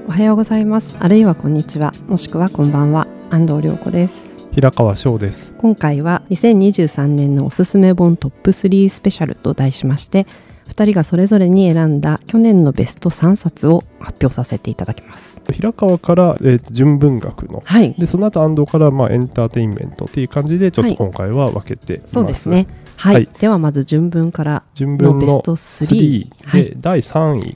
おはようございます。あるいはこんにちは、もしくはこんばんは。安藤涼子です。 平川翔です。 今回は2023年のおすすめ本トップ3スペシャルと題しまして、2人がそれぞれに選んだ去年のベスト3冊を発表させていただきます。 平川から、純文学の、 はい、 でその後安藤から、エンターテインメントっていう感じでちょっと今回は分けています。 そうですね。はい、ではまず純文からのベスト3 で、第3位、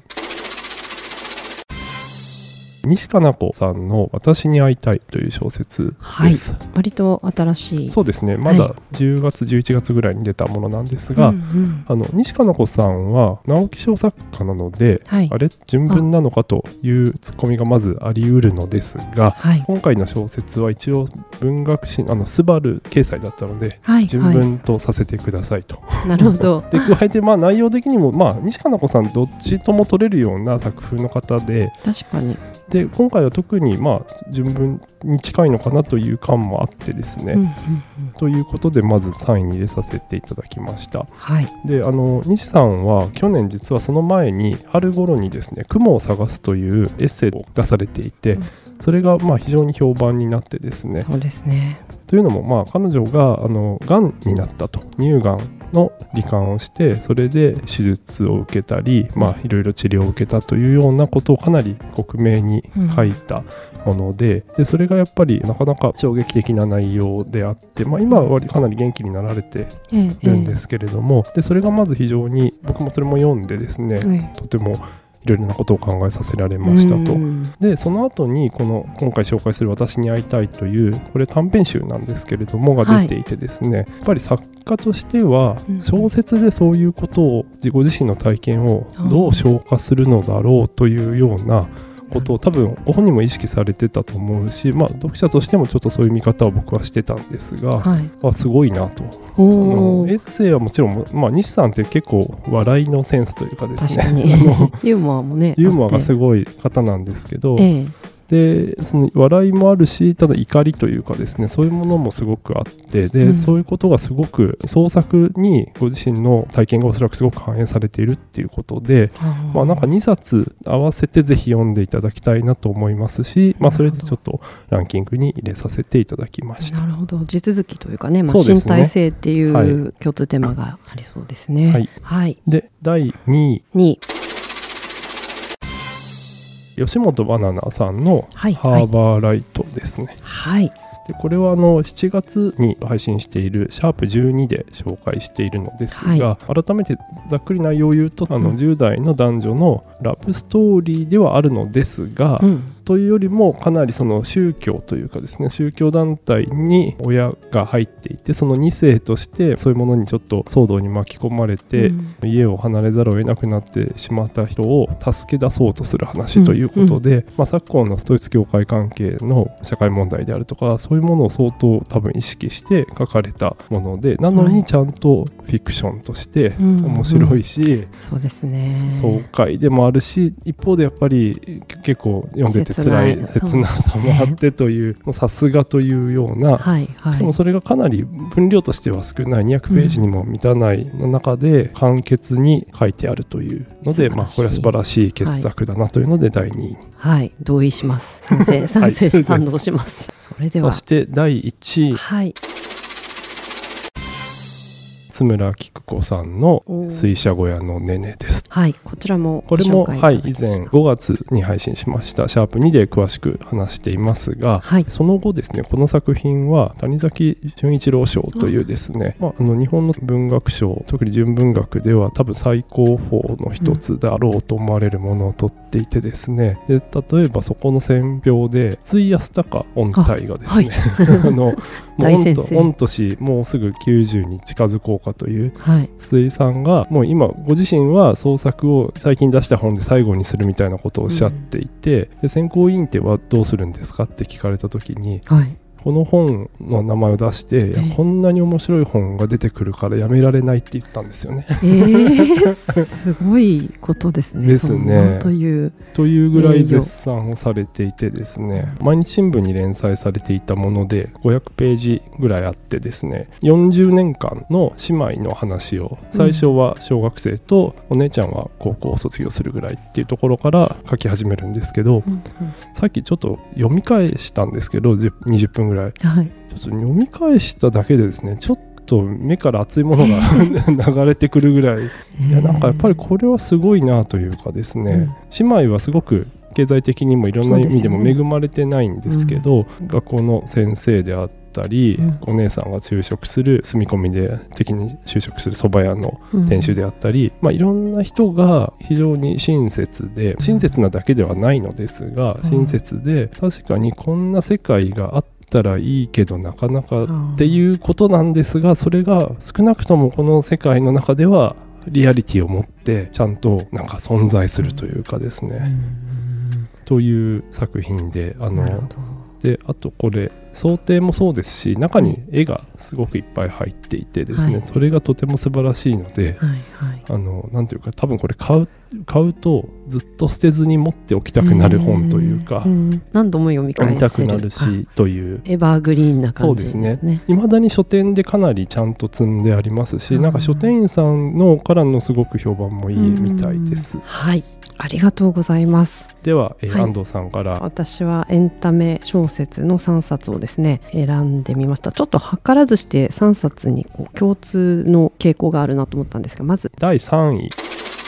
西加奈子さんの私に会いたいという小説です。 割と新しい。 そうですね。まだ10月、11月ぐらいに出たものなんですが、西加奈子さんは直木賞作家なので、あれ純文なのかというツッコミがまずあり得るのですが、今回の小説は一応文学誌スバル掲載だったので、純文とさせてくださいと。 なるほど。 で加えて内容的にも西加奈子さんどっちとも取れるような作風の方で、 確かに。 で今回は特に純文に近いのかなという感もあってですね、ということでまず3位に入れさせていただきました。で西さんは去年実はその前に春頃にですね雲を探すというエッセイを出されていて、それが非常に評判になってですね。 そうですね。 というのも彼女ががんになったと、乳がんの罹患をして、それで手術を受けたり、いろいろ治療を受けたというようなことをかなり克明に書いたもので、それがやっぱりなかなか衝撃的な内容であって、今はかなり元気になられてるんですけれども、でそれがまず非常に僕もそれも読んでですね、とてもいろいろなことを考えさせられましたと。でその後に今回紹介する私に会いたいという、これ短編集なんですけれどもが出ていてですね、やっぱり作家としては小説でそういうことをご自身の体験をどう消化するのだろうというようなことを多分ご本人も意識されてたと思うし、読者としてもちょっとそういう見方を僕はしてたんですが、すごいなと。エッセイはもちろん、西さんって結構笑いのセンスというかですねユーモアもね、 ユーモアがすごい方なんですけど、でその笑いもあるし、ただ怒りというかですね、そういうものもすごくあって、で、そういうことがすごく創作にご自身の体験がおそらくすごく反映されているっていうことで、なんか2冊合わせてぜひ読んでいただきたいなと思いますし、それでちょっとランキングに入れさせていただきました。 なるほど。地続きというかね、身体性っていう共通テーマがありそうですね。 で第2位、吉本ばななさんのハーバーライトですね。でこれは7月に配信しているシャープ12で紹介しているのですが、改めてざっくり内容を言うと、10代の男女のラブストーリーではあるのですが、というよりもかなりその宗教というかですね、宗教団体に親が入っていて、その2世としてそういうものにちょっと騒動に巻き込まれて、家を離れざるを得なくなってしまった人を助け出そうとする話ということで、昨今の統一教会関係の社会問題であるとか、そういうものを相当多分意識して書かれたもので、なのにちゃんとフィクションとして面白いし、 そうですね、 爽快でもあるし、一方でやっぱり結構読んでて辛い切なさもあってという、さすがというような、しかもそれがかなり分量としては少ない200ページにも満たないの中で簡潔に書いてあるというので、これは素晴らしい傑作だなというので第2位に、 同意します。賛同します。それではそして第1位、津村菊子さんの水車小屋のねねです。 こちらもこれも、以前5月に配信しましたシャープ2で詳しく話していますが、その後ですね、この作品は谷崎潤一郎賞というですね、日本の文学賞、特に純文学では多分最高峰の一つだろうと思われるものを取っていてですね、で例えばそこの選評で津井康隆御大がですね、御年もうすぐ90に近づこうかという津井さんが、もう今ご自身は創作を最近出した本で最後にするみたいなことをおっしゃっていて、で選考委員ってはどうするんですかって聞かれた時に、 この本の名前を出して、いやこんなに面白い本が出てくるからやめられないって言ったんですよね。 すごいことですね。 ですね。 というぐらい絶賛をされていてですね、毎日新聞に連載されていたもので500ページぐらいあってですね、40年間の姉妹の話を、最初は小学生とお姉ちゃんは高校を卒業するぐらいっていうところから書き始めるんですけど、さっきちょっと読み返したんですけど、20分ぐらい、ちょっと読み返しただけでですね、ちょっと目から熱いものが流れてくるぐらい、いやなんかやっぱりこれはすごいなというかですね、姉妹はすごく経済的にもいろんな意味でも恵まれてないんですけど、学校の先生であったり、お姉さんが就職する住み込みで的に就職する蕎麦屋の店主であったり、いろんな人が非常に親切なだけではないのですが、親切で、確かにこんな世界があったらいいけどなかなかっていうことなんですが、それが少なくともこの世界の中ではリアリティを持ってちゃんとなんか存在するというかですね、という作品で、あとこれ想定もそうですし、中に絵がすごくいっぱい入っていてですね、それがとても素晴らしいので、なんていうか、多分これ買うとずっと捨てずに持っておきたくなる本というか、 何度も読み返せる、 見たくなるしというエバーグリーンな感じですね。 そうですね。未だに書店でかなりちゃんと積んでありますし、なんか書店員さんのからのすごく評判もいいみたいです。 はい、ありがとうございます。 では、安藤さんから。 私はエンタメ小説の3冊をですね選んでみました。ちょっと図らずして3冊に共通の傾向があるなと思ったんですが、まず第3位、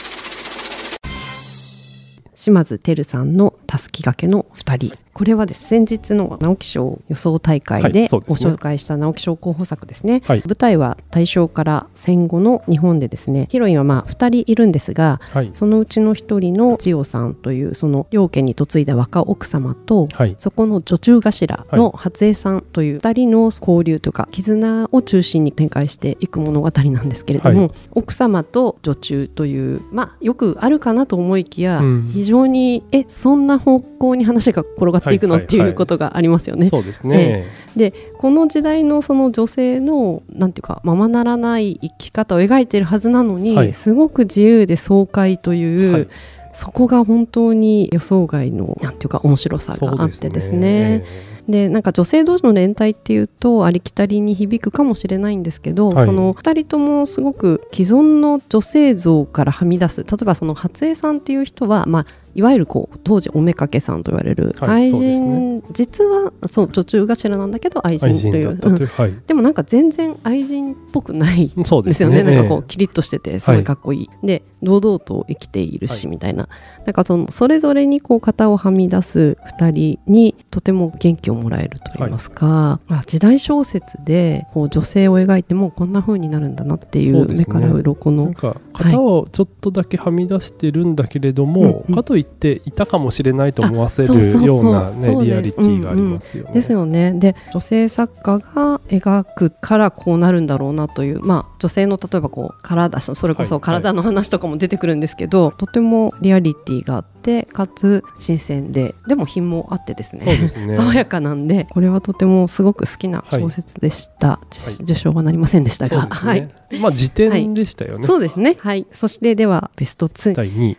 島津輝さんのたすき掛けの2人。これはです先日の直木賞予想大会でご紹介した直木賞候補作ですね。舞台は大正から戦後の日本でですね、ヒロインは2人いるんですが、そのうちの1人の千代さんというその両家に嫁いだ若奥様と、そこの女中頭の初江さんという2人の交流とか絆を中心に展開していく物語なんですけれども、奥様と女中というよくあるかなと思いきや、非常にそんな方向に話が転がっていくのっていうことがありますよね。 そうですね。 でこの時代のその女性のなんていうかままならない生き方を描いているはずなのに、すごく自由で爽快という、そこが本当に予想外のなんていうか面白さがあってですね。でなんか女性同士の連帯っていうとありきたりに響くかもしれないんですけど、その2人ともすごく既存の女性像からはみ出す。例えばその初江さんっていう人は、いわゆる当時おめかけさんと言われる愛人、実は女中頭なんだけど愛人という、でもなんか全然愛人っぽくないですよね。なんかキリッとしててすごいかっこいい、で堂々と生きているし、みたいな、なんかそれぞれに型をはみ出す2人にとても元気をもらえると言いますか、時代小説で女性を描いてもこんな風になるんだなっていう目から鱗の、 なんか型をちょっとだけはみ出してるんだけれども、かといっていたかもしれないと思わせるようなリアリティがありますよね。 ですよね。で女性作家が描くからこうなるんだろうなという、女性の例えば体、それこそ体の話とかも出てくるんですけど、とてもリアリティがあってかつ新鮮で、でも品もあってですね、爽やかなんで、これはとてもすごく好きな小説でした。受賞はなりませんでしたが、 辞典でしたよね。 そうですね。そしてではベスト2、 第2位、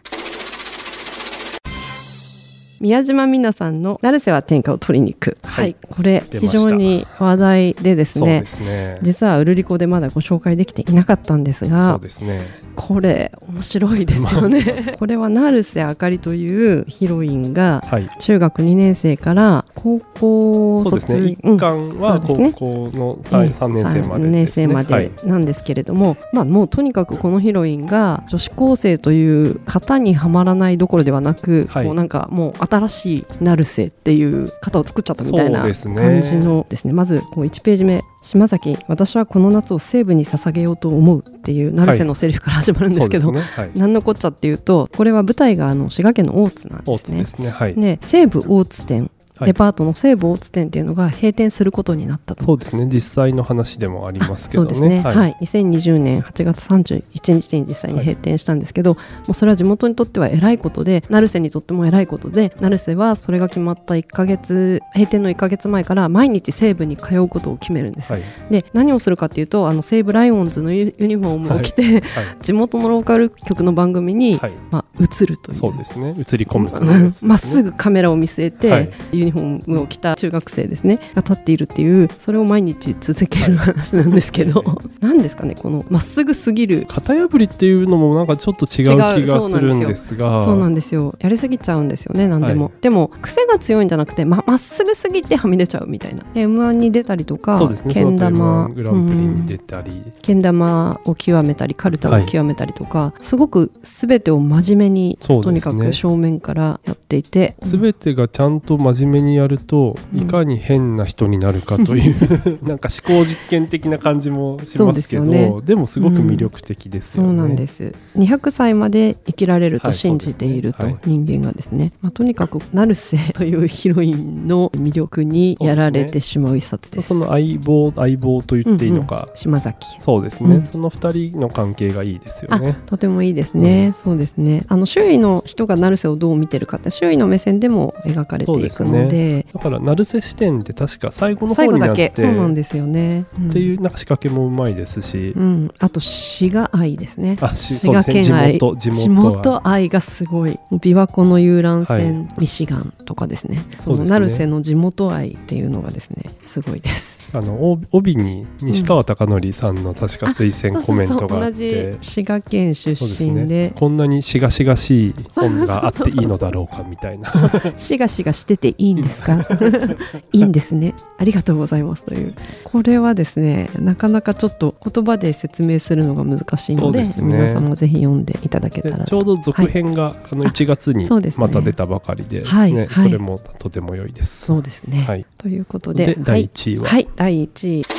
宮島みなさんの成瀬は天下を取りに行く。これ非常に話題でですね、実はウルリコでまだご紹介できていなかったんですが、これ面白いですよね。これは成瀬あかりというヒロインが中学2年生から高校卒業、 一巻は高校の3年生までなんですけれども、もうとにかくこのヒロインが女子高生という型にはまらないどころではなく、なんかもう新しい成瀬っていう型を作っちゃったみたいな感じのですね。まず1ページ目、島崎、私はこの夏を西部に捧げようと思うっていう成瀬のセリフから始まるんですけど、何のこっちゃっていうと、これは舞台が滋賀県の大津なんですね。で西武大津店デパートの西武大津店っていうのが閉店することになったと。 そうですね、実際の話でもありますけどね。 そうですね、はい、2020年8月31日に実際に閉店したんですけど、もうそれは地元にとっては偉いことで、成瀬にとっても偉いことで、成瀬はそれが決まった閉店の1ヶ月前から毎日西武に通うことを決めるんです、で何をするかっていうと、西武ライオンズのユニフォームを着て、地元のローカル局の番組に、映るという、 そうですね、映り込むというやつですね。 まっすぐカメラを見据えて、ユニフォームを着た中学生ですねが立っているっていう、それを毎日続ける話なんですけど、何ですかね、このまっすぐすぎる型破りっていうのもなんかちょっと違う気がするんですが、 そうなんですよ、やりすぎちゃうんですよね、何でも、でも癖が強いんじゃなくて、まっすぐすぎてはみ出ちゃうみたいな。で M1 に出たりとか、 そうですね、 けん玉グランプリに出たり、 けん玉を極めたりカルタを極めたりとか、すごく全てを真面目に、とにかく正面からやっていて、 全てがちゃんと真面目にやると、いかに変な人になるかというなんか思考実験的な感じもしますけど、でもすごく魅力的ですよね。 そうなんです。200歳まで生きられると信じていると、人間がですね、とにかく成瀬というヒロインの魅力にやられてしまう一冊です。 その相棒と言っていいのか、 島崎、 そうですね、その2人の関係がいいですよね。 とてもいいですね、そうですね。周囲の人が成瀬をどう見てるかって、周囲の目線でも描かれていくの で、 だから成瀬視点で確か最後の方になって、 そうなんですよね、 っていうなんか仕掛けもうまいですし、 あと滋賀愛ですね。 滋賀県愛、 地元愛がすごい。琵琶湖の遊覧船、ミシガンとかですね、その成瀬の地元愛っていうのがですね、すごいです。 帯に西川貴教さんの確か推薦コメントがあって、 同じ滋賀県出身で、 こんなにしがしがしい本があっていいのだろうかみたいなしがしがしてていいんですかいいんですね、ありがとうございますという。これはですね、なかなかちょっと言葉で説明するのが難しいの で、皆さんもぜひ読んでいただけたら。 ちょうど続編が1月にまた出たばかりで、それもとても良いです。 そうですね、ということで、 第1位は、 第1位、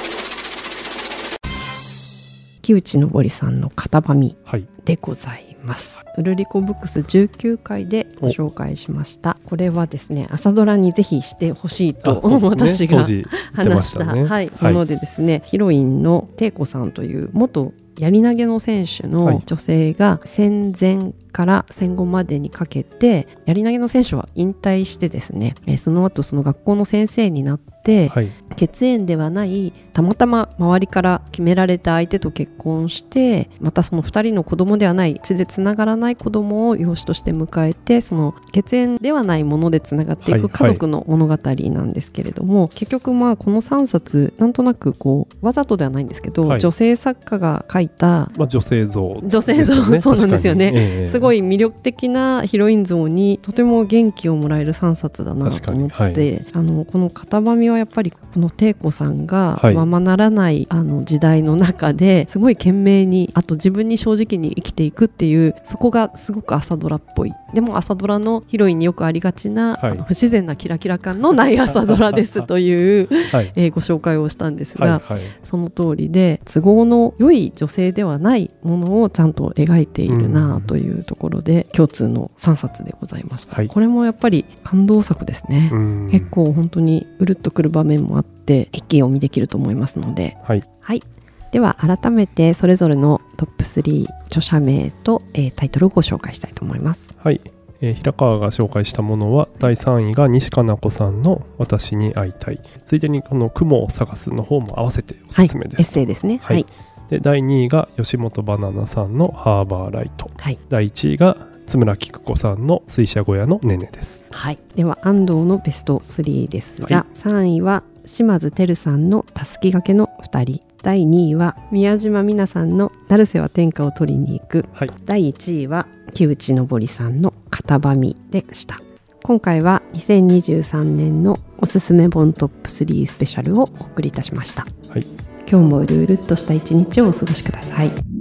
木内昇さんの型紙でございます。ウルリコブックス19回でご紹介しました。これはですね、朝ドラにぜひしてほしいと、私が話した、ものでですね、ヒロインのテイコさんという元やり投げの選手の女性が戦前から戦後までにかけて、やり投げの選手は引退してですね、その後その学校の先生になって、血縁ではないたまたま周りから決められた相手と結婚して、またその2人の子供ではない、血でつながらない子供を養子として迎えて、その血縁ではないものでつながっていく家族の物語なんですけれども、結局この3冊なんとなくわざとではないんですけど、女性作家が書いた、 女性像、 そうなんですよね、すごい魅力的なヒロイン像にとても元気をもらえる3冊だなと思って、この型紙はやっぱりこのテイコさんがままならない時代の中ですごい懸命に、あと自分に正直に生きていくっていう、そこがすごく朝ドラっぽい。でも朝ドラのヒロインによくありがちな、不自然なキラキラ感のない朝ドラですという、ご紹介をしたんですが、その通りで、都合の良い女性ではないものをちゃんと描いているなというところで、共通の3冊でございました。これもやっぱり感動作ですね。結構本当にうるっとくる場面もあって一気読みできると思いますので、では改めてそれぞれのトップ3著者名と、タイトルをご紹介したいと思います。 平川が紹介したものは、第3位が西加奈子さんの私に会いたい、ついでにこの雲を探すの方も合わせておすすめです。 エッセイですね。 で第2位が吉本バナナさんのハーバーライト、第1位が津村菊子さんの水車小屋のねねです。 では安藤のベスト3ですが、3位は島津輝さんのたすき掛けの2人、第2位は宮島美奈さんの成瀬は天下を取りに行く、第1位は木内昇さんの型紙でした。今回は2023年のおすすめ本トップ3スペシャルをお送りいたしました。今日もうるうるっとした一日をお過ごしください。